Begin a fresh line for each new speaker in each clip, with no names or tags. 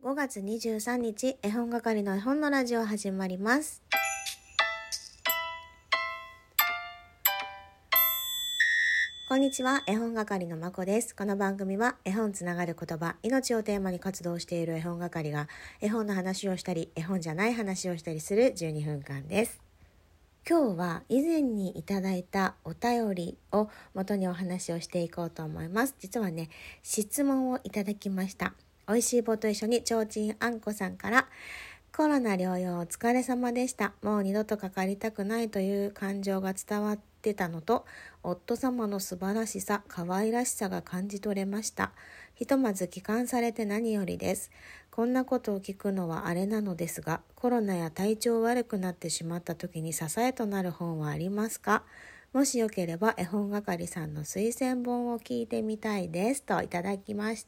5月23日、絵本係の絵本のラジオ始まります。こんにちは、絵本係のまこです。この番組は絵本つながる言葉、命をテーマに活動している絵本係が絵本の話をしたり、絵本じゃない話をしたりする12分間です。今日は以前にいただいたお便りを元にお話をしていこうと思います。実はね、質問をいただきました。おいしい棒と一緒にちょうちんあんこさんから、コロナ療養お疲れ様でした。もう二度とかかりたくないという感情が伝わってたのと、夫様の素晴らしさ、可愛らしさが感じ取れました。ひとまず帰還されて何よりです。こんなことを聞くのはあれなのですが、コロナや体調悪くなってしまった時に支えとなる本はありますか？もしよければ絵本係さんの推薦本を聞いてみたいですといただきました。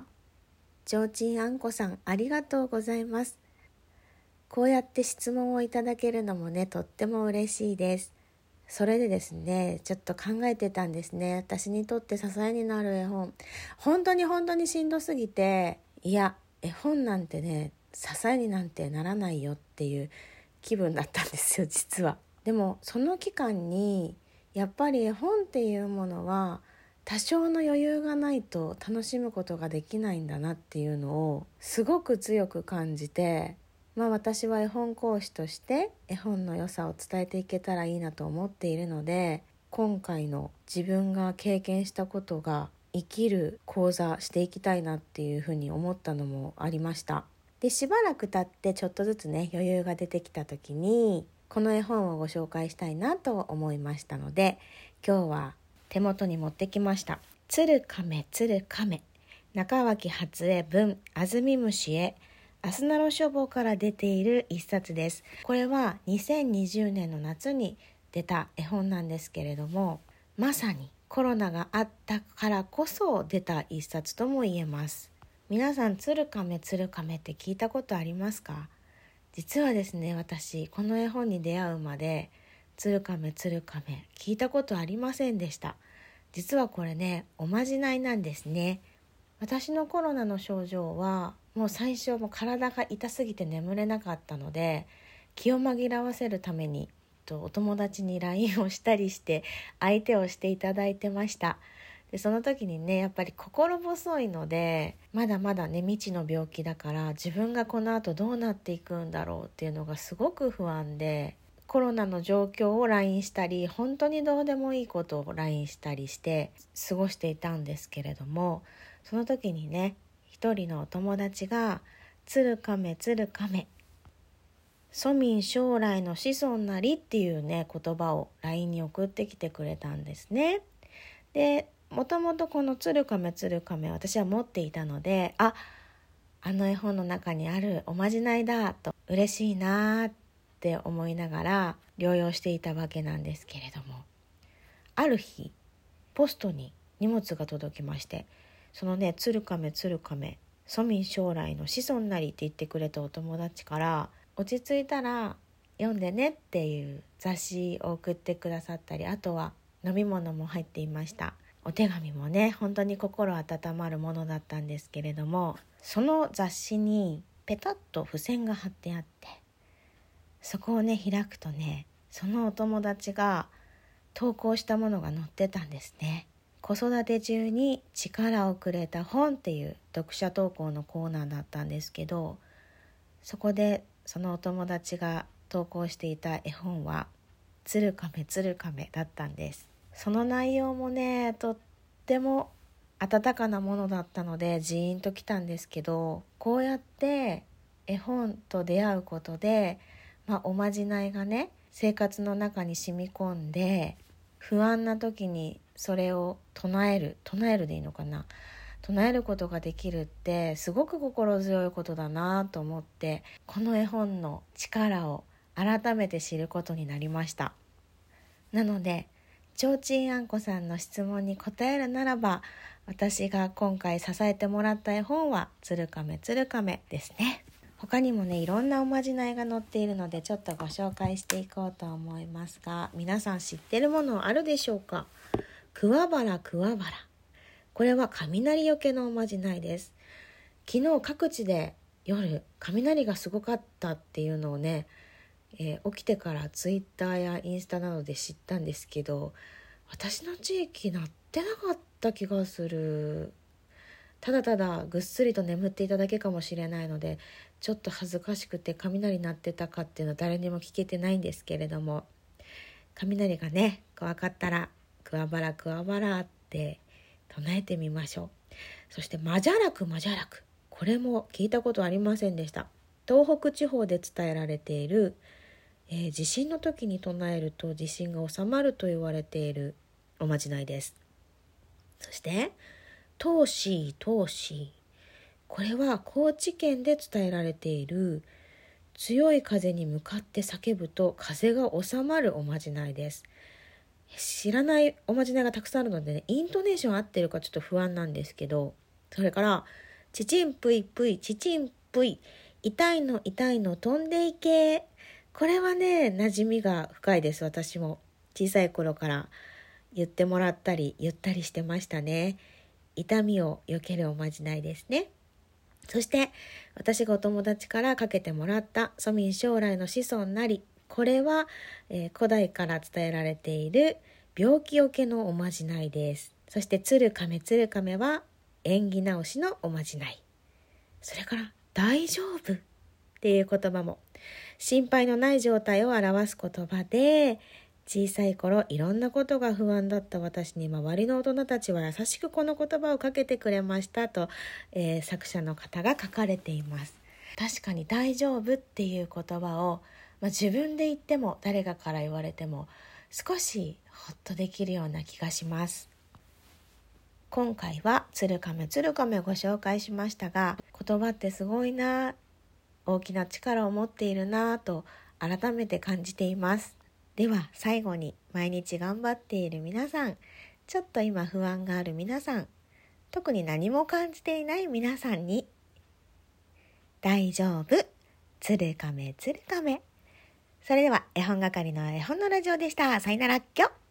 ちょうちんあんこさん、ありがとうございます。こうやって質問をいただけるのもね、とっても嬉しいです。それでですね、ちょっと考えてたんですね。私にとって支えになる絵本、本当にしんどすぎて、いや、絵本なんてね、支えになんてならないよっていう気分だったんですよ、実は。でもその期間にやっぱり絵本っていうものは多少の余裕がないと楽しむことができないんだなっていうのをすごく強く感じて、私は絵本講師として絵本の良さを伝えていけたらいいなと思っているので、今回の自分が経験したことが生きる講座していきたいなっていうふうに思ったのもありました。で、しばらく経ってちょっとずつね、余裕が出てきた時にこの絵本をご紹介したいなと思いましたので、今日は手元に持ってきました。鶴亀鶴亀、中脇初江文、あずみ虫へ、アスナロ書房から出ている一冊です。これは2020年の夏に出た絵本なんですけれども、まさにコロナがあったからこそ出た一冊とも言えます。皆さん、鶴亀って聞いたことありますか？実はですね、私この絵本に出会うまで鶴亀聞いたことありませんでした。実はこれね、おまじないなんですね。私のコロナの症状はもう最初体が痛すぎて眠れなかったので、気を紛らわせるためにお友達に LINE をしたりして相手をしていただいてました。で、その時にね、やっぱり心細いので、まだまだね、未知の病気だから自分がこの後どうなっていくんだろうっていうのがすごく不安で、コロナの状況を LINE したり、本当にどうでもいいことを LINE したりして過ごしていたんですけれども、その時にね、一人のお友達が鶴亀庶民将来の子孫なりっていうね、言葉を LINE に送ってきてくれたんですね。で、もともとこの鶴亀私は持っていたので、あの絵本の中にあるおまじないだと嬉しいなって思いながら療養していたわけなんですけれども、ある日ポストに荷物が届きまして、そのね、鶴亀庶民将来の子孫なりって言ってくれたお友達から、落ち着いたら読んでねっていう雑誌を送ってくださったり、あとは飲み物も入っていました。お手紙もね、本当に心温まるものだったんですけれども、その雑誌にペタッと付箋が貼ってあって、そこをね開くとね、そのお友達が投稿したものが載ってたんですね。子育て中に力をくれた本っていう読者投稿のコーナーだったんですけど、そこでそのお友達が投稿していた絵本は鶴亀だったんです。その内容もね、とっても温かなものだったのでジーンときたんですけど、こうやって絵本と出会うことで、おまじないがね、生活の中に染み込んで、不安な時にそれを唱えるでいいのかな、唱えることができるってすごく心強いことだなと思って、この絵本の力を改めて知ることになりました。なので、ちょうちんあんこさんの質問に答えるならば、私が今回支えてもらった絵本は鶴亀ですね。他にもね、いろんなおまじないが載っているので、ちょっとご紹介していこうと思いますが、皆さん知ってるものあるでしょうか？桑原。これは雷よけのおまじないです。昨日各地で夜雷がすごかったっていうのをね、起きてからツイッターやインスタなどで知ったんですけど、私の地域鳴ってなかった気がする。ただただぐっすりと眠っていただけかもしれないので、ちょっと恥ずかしくて雷鳴ってたかっていうのは誰にも聞けてないんですけれども、雷がね怖かったらクワバラクワバラって唱えてみましょう。そしてマジャラクマジャラク、これも聞いたことありませんでした。東北地方で伝えられている、地震の時に唱えると地震が収まると言われているおまじないです。そしてトーシートーシー、これは高知県で伝えられている強い風に向かって叫ぶと風が収まるおまじないです。知らないおまじないがたくさんあるのでね、イントネーション合ってるかちょっと不安なんですけど、それからチチンプイプイチチンプイ、痛いの痛いの飛んでいけ、これはね馴染みが深いです。私も小さい頃から言ってもらったり言ったりしてましたね。痛みを避けるおまじないですね。そして私がお友達からかけてもらった蘇民将来の子孫なり、これは、古代から伝えられている病気よけのおまじないです。そして鶴亀鶴亀は縁起直しのおまじない。それから大丈夫っていう言葉も心配のない状態を表す言葉で、小さい頃いろんなことが不安だった私に周りの大人たちは優しくこの言葉をかけてくれましたと、作者の方が書かれています。確かに大丈夫っていう言葉を、自分で言っても誰かから言われても少しほっとできるような気がします。今回は鶴亀鶴亀をご紹介しましたが、言葉ってすごいな、大きな力を持っているなと改めて感じています。では最後に、毎日頑張っている皆さん、ちょっと今不安がある皆さん、特に何も感じていない皆さんに、大丈夫、鶴亀鶴亀。それでは絵本係の絵本のラジオでした。さよならっきょ。